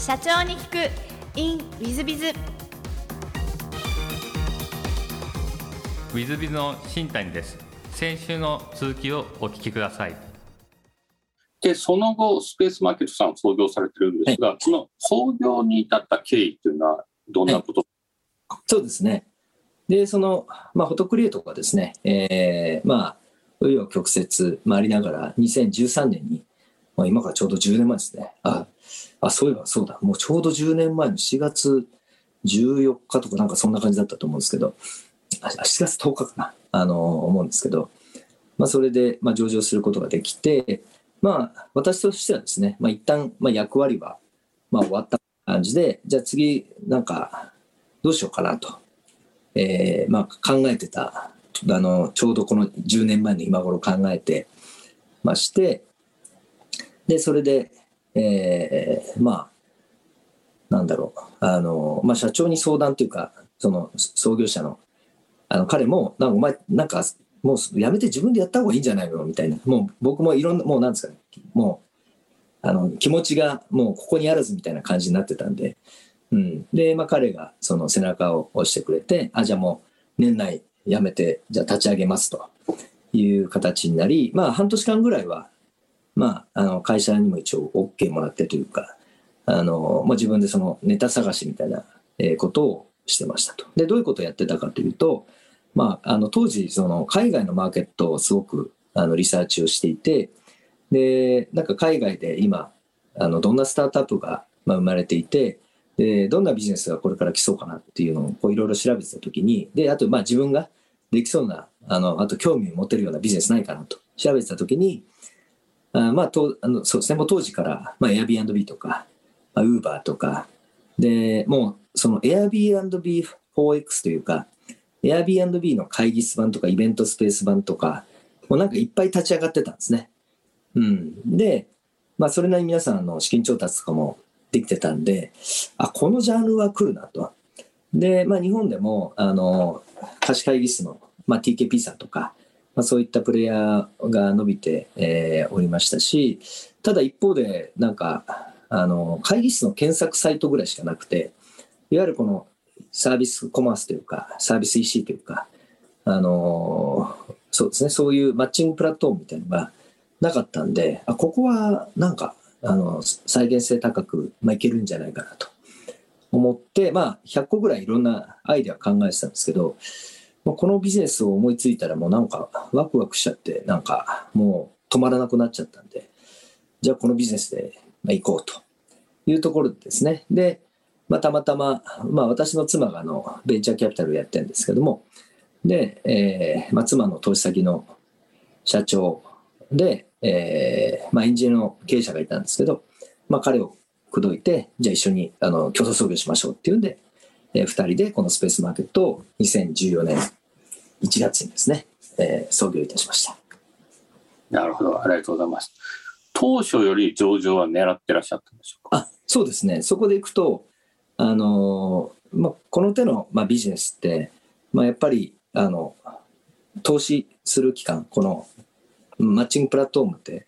社長に聞く in ウィズビズ。 ウィズビズの新谷です。先週の続きをお聞きください。 で、その後スペースマーケットさんを創業されてるんですが、はい、その創業に至った経緯というのはどんなこと、 はい、そうですね。で、フォトクリエイトがですね、紆余曲折ありながら2013年に、今からちょうど10年前ですね。そういえばそうだ、もうちょうど10年前の4月14日とかなんかそんな感じだったと思うんですけど、4月10日かな、思うんですけど、それで上場することができて、私としてはですね、一旦役割は終わった感じで、じゃあ次なんかどうしようかなと、考えてた、ちょうどこの10年前の今頃考えてまして、でそれで、社長に相談というか、その創業者の彼もお前なんかもうやめて自分でやった方がいいんじゃないのみたいな、もう僕もいろんな、もうなんですかね、もう気持ちがもうここにあらずみたいな感じになってたんで、で、彼がその背中を押してくれて、じゃあもう年内やめて、じゃあ立ち上げますという形になり、半年間ぐらいは会社にも一応 OK もらってというか、自分でそのネタ探しみたいなことをしてましたと。で、どういうことをやってたかというと、当時その海外のマーケットをすごくリサーチをしていて、でなんか海外で今どんなスタートアップが生まれていて、でどんなビジネスがこれから来そうかなっていうのをいろいろ調べてた時に、であと自分ができそうなあと興味を持てるようなビジネスないかなと調べてた時に、そうですね、もう当時から、Airbnb とか、Uber とかで、もうその Airbnb4X というか Airbnb の会議室版とかイベントスペース版とか、もうなんかいっぱい立ち上がってたんですね。で、それなりに皆さんの資金調達とかもできてたんで、このジャンルは来るなと。で、日本でも貸し会議室の、TKP さんとか、そういったプレイヤーが伸びて、おりましたし、ただ一方でなんか会議室の検索サイトぐらいしかなくて、いわゆるこのサービスコマースというかサービス EC というか、そうですね、そういうマッチングプラットフォームみたいなのがなかったんで、ここはなんか再現性高く、いけるんじゃないかなと思って、100個ぐらいいろんなアイデア考えてたんですけど、このビジネスを思いついたらもうなんかワクワクしちゃって、なんかもう止まらなくなっちゃったんで、じゃあこのビジネスで行こうというところでですね。で、たまたま、私の妻がベンチャーキャピタルをやってるんですけども、で、妻の投資先の社長で、エンジニアの経営者がいたんですけど、彼を口説いて、じゃあ一緒に共同創業しましょうっていうんで、2人でこのスペースマーケットを2014年1月にですね、創業いたしました。 なるほど、ありがとうございます。当初より上場は狙ってらっしゃったんでしょうか？ そうですね。そこでいくと、この手の、ビジネスって、やっぱり投資する期間、このマッチングプラットフォームって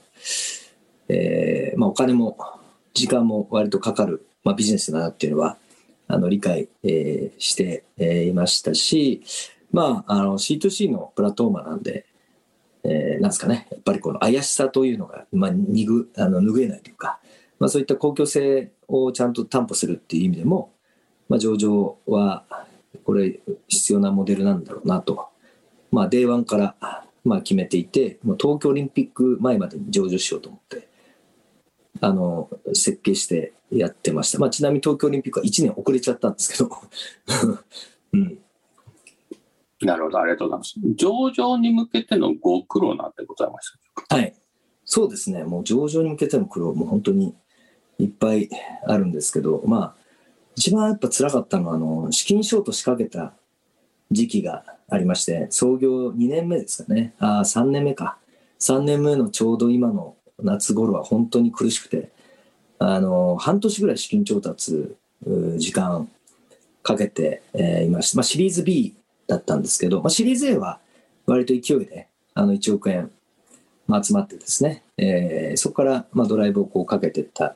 お金も時間も割とかかる、ビジネスだなっていうのは理解、していましたし、C2C のプラットフォーマーなんで、なんですかね、やっぱりこの怪しさというのが、拭えないというか、そういった公共性をちゃんと担保するっていう意味でも、上場はこれ必要なモデルなんだろうなと、Day1 から決めていて、もう東京オリンピック前までに上場しようと思って設計してやってました。ちなみに東京オリンピックは1年遅れちゃったんですけど、 なるほど、ありがとうございます。上場に向けてのご苦労なんてございましたか？ はい、そうですね。もう上場に向けての苦労も本当にいっぱいあるんですけど、一番やっぱ辛かったのは資金ショート仕掛けた時期がありまして、創業2年目ですかね。3年目か。3年目のちょうど今の夏頃は本当に苦しくて、半年ぐらい資金調達時間かけて、いました。シリーズ B だったんですけど、シリーズ A は割と勢いで1億円集まってですね、そこからドライブをかけていった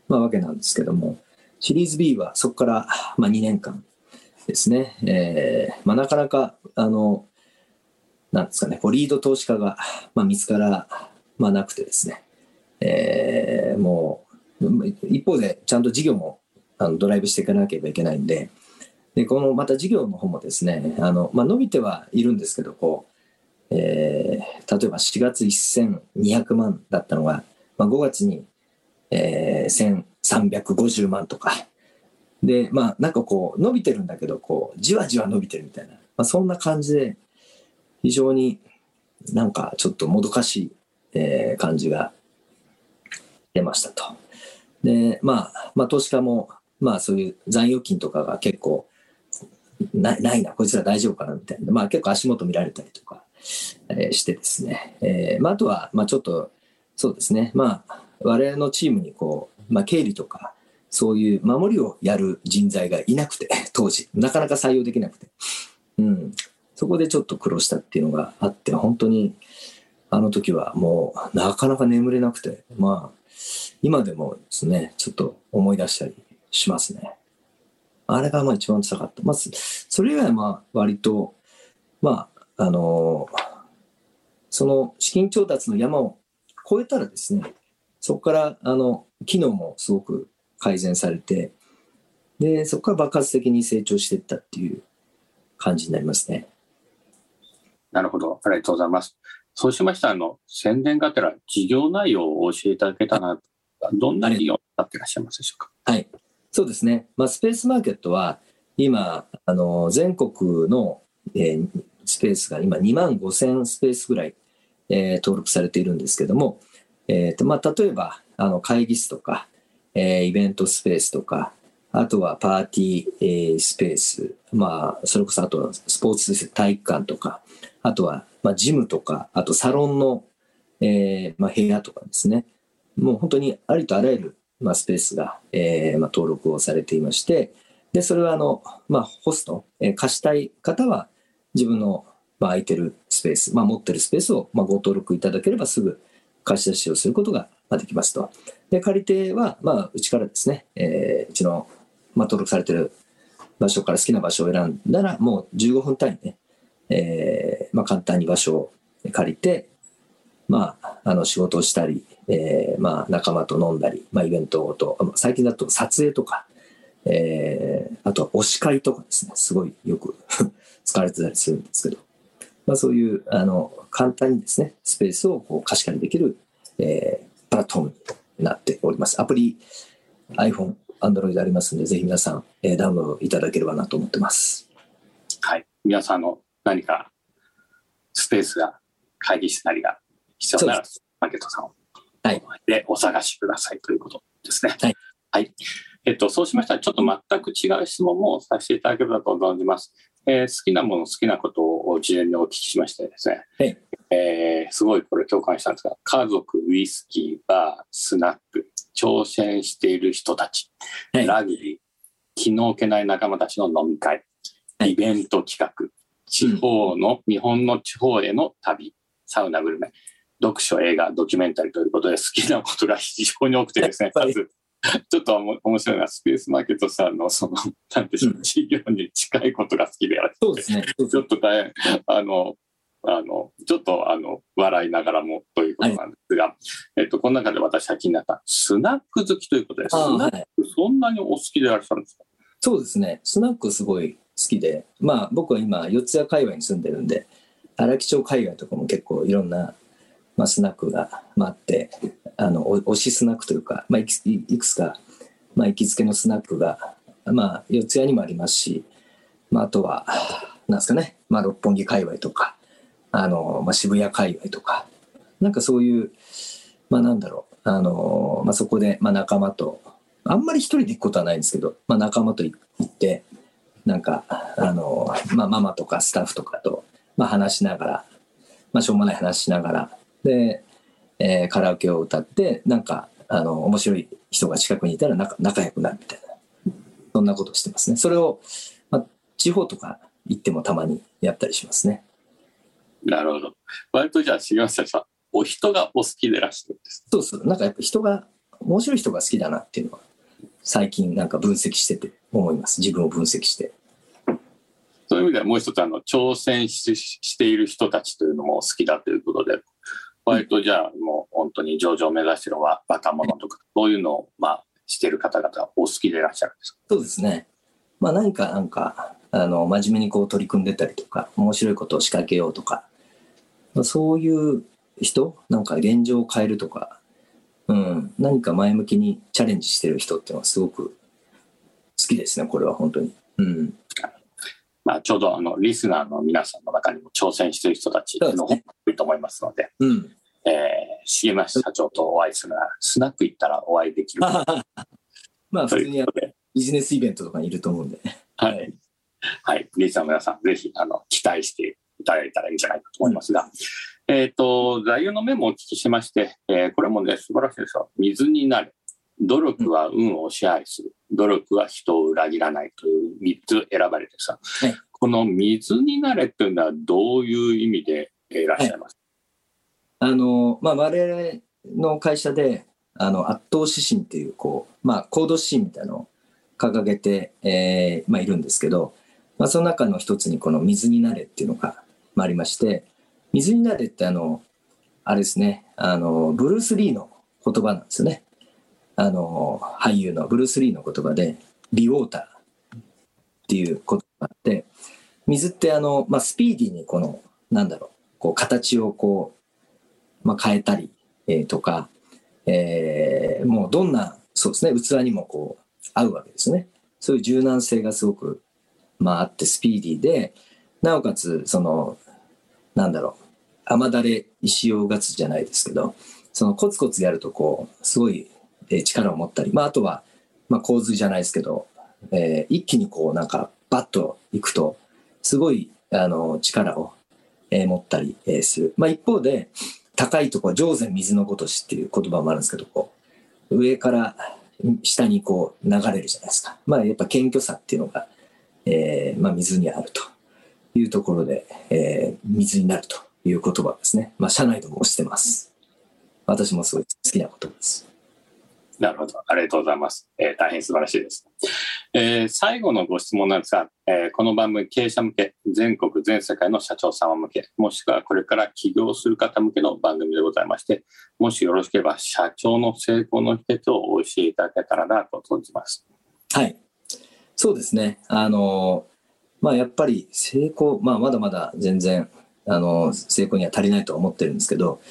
わけなんですけども、シリーズ B はそこから、2年間ですね、なかなかなんですかね、リード投資家が、見つから、なくてですね、もう一方でちゃんと事業もドライブしていかなければいけないんで、このまた事業の方もですね、伸びてはいるんですけど、例えば4月1200万だったのが、5月に、1350万とかで、なんか伸びてるんだけどじわじわ伸びてるみたいな、そんな感じで非常になんかちょっともどかしい、感じが出ましたと。で投資家もそういう残預金とかが結構ないな、こいつら大丈夫かなみたいな、結構足元見られたりとか、してですね、あとはちょっとそうですね、我々のチームに経理とかそういう守りをやる人材がいなくて、当時なかなか採用できなくて、そこでちょっと苦労したっていうのがあって、本当にあの時はもうなかなか眠れなくて、今でもですねちょっと思い出したりしますね。あれが一番辛かった。それ以外は割とその資金調達の山を越えたらですね、そこから機能もすごく改善されて、でそこから爆発的に成長していったっていう感じになりますね。 なるほど、ありがとうございます。そうしましたら宣伝がてら事業内容を教えていただけたら、どんな事業になっていらっしゃいますでしょうか。 はい、そうですね、スペースマーケットは今全国の、スペースが今2万5000スペースぐらい、登録されているんですけども、例えば会議室とか、イベントスペースとか、あとはパーティー、スペース、それこそあとはスポーツ体育館とか、あとはジムとか、あとサロンの、部屋とかですね、もう本当にありとあらゆる、スペースが、登録をされていまして、でそれはホスト、貸したい方は自分の、空いてるスペース、持ってるスペースを、ご登録いただければすぐ貸し出しをすることができますと。で借り手は、うちからですね、うちの、登録されてる場所から好きな場所を選んだらもう15分単位で、簡単に場所を借りて、仕事をしたり、仲間と飲んだり、イベントと、最近だと撮影とか、あとは推し会とかですね、すごいよく使われてたりするんですけど、そういう簡単にですねスペースを貸し借りできる、プラットフォームになっております。アプリ iPhone、Android ありますので、ぜひ皆さん、ダウンロードいただければなと思ってます。 はい、皆さんの何かスペースが会議室なりが必要ならマーケットさんを、でお探しくださいということですね。はい、そうしましたらちょっと全く違う質問もさせていただければと存じます。好きなもの好きなことを事前にお聞きしましてですね、すごいこれ共感したんですが、家族、ウイスキー、バー、スナック、挑戦している人たち、ラグビー、気の置けない仲間たちの飲み会、イベント企画、日本の地方への旅、サウナグルメ、読書、映画、ドキュメンタリーということで好きなことが非常に多くてですね、まずちょっと面白いのはスペースマーケットさんのなんていう事業に近いことが好きでやられて、 そうですね、 ちょっと大変ちょっと笑いながらもということなんですが、この中で私は気になったスナック好きということで、スナックそんなにお好きでいらっしゃるんですか？ そうですね、スナックすごい好きで、僕は今四谷界隈に住んでるんで、荒木町界隈とかも結構いろんな、スナックがあって、推しスナックというか、いくつか、行きつけのスナックが、四谷にもありますし、あとはなんですかね、六本木界隈とか渋谷界隈とか、なんかそういう、なんだろう、そこで、仲間とあんまり一人で行くことはないんですけど、仲間と行ってなんかママとかスタッフとかと、話しながら、しょうもない話しながらで、カラオケを歌って、なんか面白い人が近くにいたら仲良くなるみたいな、そんなことをしてますね。それを、地方とか行ってもたまにやったりしますね。 なるほど。割とじゃあ重松さん、お人がお好きでいらっしゃるんです。 そうそう、なんかやっぱ人が面白い人が好きだなっていうのは最近なんか分析してて思います。自分を分析して。 そういう意味ではもう一つ挑戦している人たちというのも好きだということで、割とじゃあもう本当に上場を目指している若者とかそういうのをしている方々お好きでいらっしゃるんですか？ そうですね。何か真面目にこう取り組んでたりとか面白いことを仕掛けようとか、そういう人なんか現状を変えるとか、何か前向きにチャレンジしてる人っていうのはすごく好きですね。これは本当に。 ちょうどリスナーの皆さんの中にも挑戦している人たちの方が多いと思いますので、重増社長とお会いするならスナック行ったらお会いできる普通にビジネスイベントとかにいると思うんで、 はい、リスナーの皆さんぜひ期待していただいたらいいんじゃないかと思いますが、座右の銘もお聞きしまして、これもね素晴らしいですよ。水になれ、努力は運を支配する、努力は人を裏切らないという3つ選ばれてさ、この水になれというのはどういう意味でいらっしゃいますか？ 我々の会社で圧倒指針っていう行動指針みたいなのを掲げて、いるんですけど、その中の一つにこの水になれっていうのがありまして、水になれってあれですね、ブルース・リーの言葉なんですよね。俳優のブルース・リーの言葉でビウォーターっていう言葉があって、水ってスピーディーにこう形を変えたり、とか、もうどんなそうですね器にもこう合うわけですよね。そういう柔軟性がすごくあってスピーディーで、なおかつ雨だれ石をうがつじゃないですけど、そのコツコツやるとこうすごい力を持ったり、あとは洪水じゃないですけど、一気にこうバッといくとすごい力を持ったりする。一方で高いところ上善水のごとしっていう言葉もあるんですけど、上から下にこう流れるじゃないですか。やっぱ謙虚さっていうのが、水にあるというところで、水になるという言葉ですね。社内でも推してます。私もすごい好きな言葉です。 なるほど、ありがとうございます。大変素晴らしいです。最後のご質問なんですが、この番組経営者向け、全国全世界の社長様向け、もしくはこれから起業する方向けの番組でございまして、もしよろしければ社長の成功の秘訣をお教えいただけたらなと存じます。 はい、そうですね。やっぱり成功、まだまだ全然成功には足りないとは思ってるんですけど、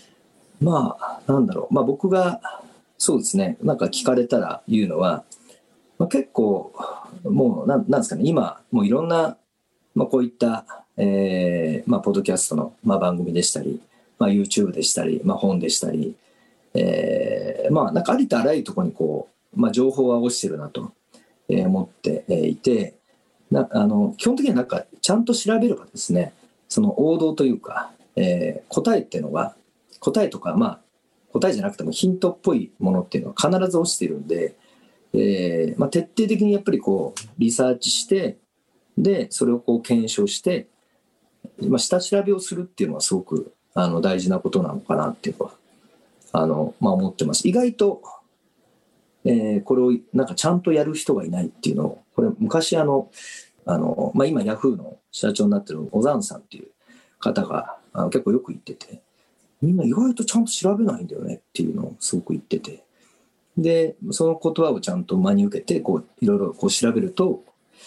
僕がそうですね、聞かれたら言うのは、結構もうなんですかね、今もういろんな、こういった、ポッドキャストの、番組でしたり、YouTube でしたり、本でしたり、ありとあらゆるところにこう、情報は落ちてるなと思っていて、基本的にはちゃんと調べればですね、その王道というか、答えっていうのは答えとか答えじゃなくてもヒントっぽいものっていうのは必ず落ちてるんで、徹底的にやっぱりこうリサーチして、でそれをこう検証して、下調べをするっていうのはすごく大事なことなのかなっていうのは思ってます。意外と、これをちゃんとやる人がいないっていうのを、これ昔今ヤフーの社長になってる小山さんっていう方が結構よく言ってて、みんな意外とちゃんと調べないんだよねっていうのをすごく言ってて、でその言葉をちゃんと真に受けてこういろいろこう調べると、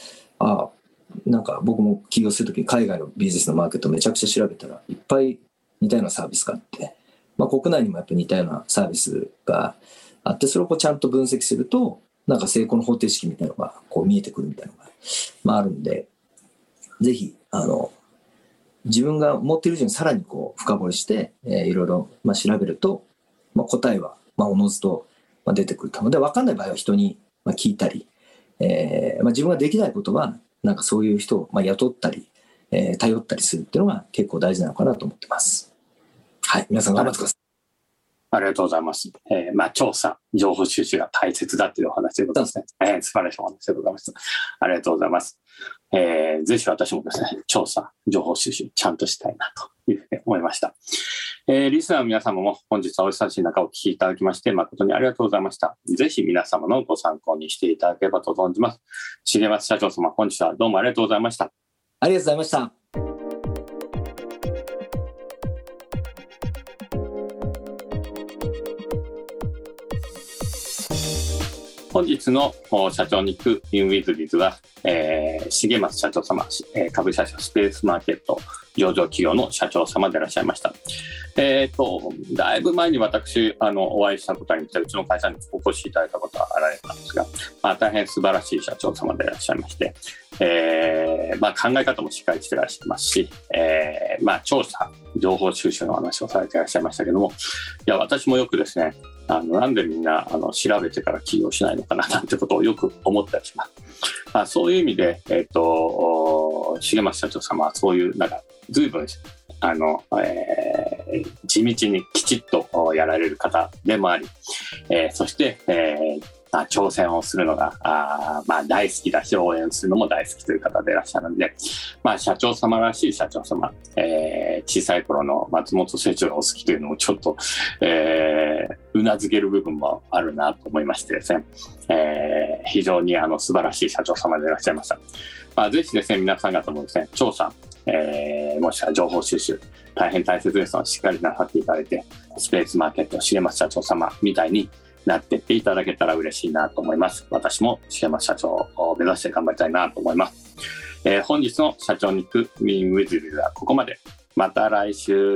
僕も起業するときに海外のビジネスのマーケットめちゃくちゃ調べたらいっぱい似たようなサービスがあって、国内にもやっぱり似たようなサービスがあって、それをこうちゃんと分析すると成功の方程式みたいなのがこう見えてくるみたいなのが、あるんで、ぜひ自分が持っている以上にさらにこう深掘りして、いろいろ調べると、答えはおのずと出てくると。で分かんない場合は人に聞いたり、自分ができないことはそういう人を雇ったり、頼ったりするっていうのが結構大事なのかなと思ってます。はい、皆さん頑張ってください。 ありがとうございます。調査、情報収集が大切だというお話でございますね。素晴らしいお話でございます。ありがとうございます。ぜひ私もですね、調査、情報収集ちゃんとしたいなというふうに思いました。 リスナーの皆様も本日はお忙しい中お聞きいただきまして誠にありがとうございました。ぜひ皆様のご参考にしていただければと存じます。重松社長様、本日はどうもありがとうございました。 ありがとうございました。 本日の社長に行く in with biz は、重松社長様、株式会社スペースマーケット上場企業の社長様でいらっしゃいました。だいぶ前に私お会いしたことありまして、うちの会社にお越しいただいたことはあられたんですが、大変素晴らしい社長様でいらっしゃいまして、考え方もしっかりしていらっしゃいますし、調査情報収集の話をされていらっしゃいましたけども、いや私もよくですね、なんでみんな調べてから起業しないのかななんてことをよく思ったりします。そういう意味で、重松社長様はそういう随分地道にきちっとやられる方でもあり、そして、挑戦をするのが大好きだし応援するのも大好きという方でいらっしゃるので、社長様らしい社長様、小さい頃の松本清張がお好きというのもちょっと、うなずける部分もあるなと思いましてですね、非常に素晴らしい社長様でいらっしゃいました。ぜひですね皆さん方もですね調査、もしくは情報収集大変大切ですのでしっかりなさっていただいて、スペースマーケット重松社長様みたいになっていっていただけたら嬉しいなと思います。私も重松社長を目指して頑張りたいなと思います。本日の社長に行く Win with Biz はここまで。また来週。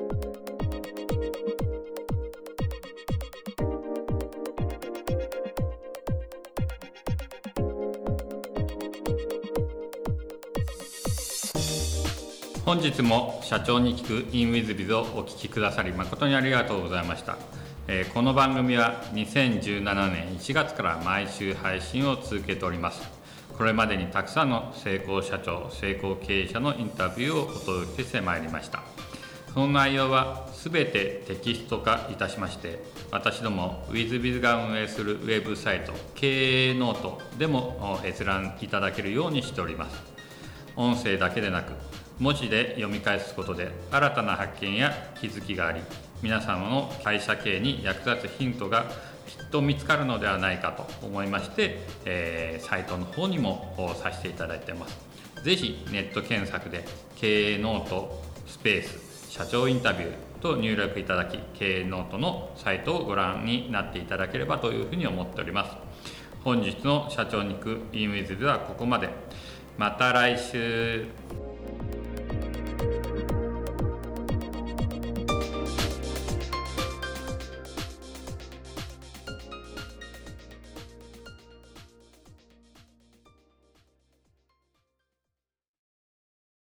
本日も社長に聞く in with biz をお聞きくださり誠にありがとうございました。この番組は2017年1月から毎週配信を続けております。これまでにたくさんの成功社長、成功経営者のインタビューをお届けしてまいりました。その内容はすべてテキスト化いたしまして、私ども WithBiz が運営するウェブサイト経営ノートでも閲覧いただけるようにしております。音声だけでなく文字で読み返すことで新たな発見や気づきがあり、皆様の会社経営に役立つヒントがきっと見つかるのではないかと思いまして、サイトの方にもさせていただいています。ぜひネット検索で経営ノートスペース社長インタビューと入力いただき、経営ノートのサイトをご覧になっていただければというふうに思っております。本日の社長に行く in with ではここまで。また来週。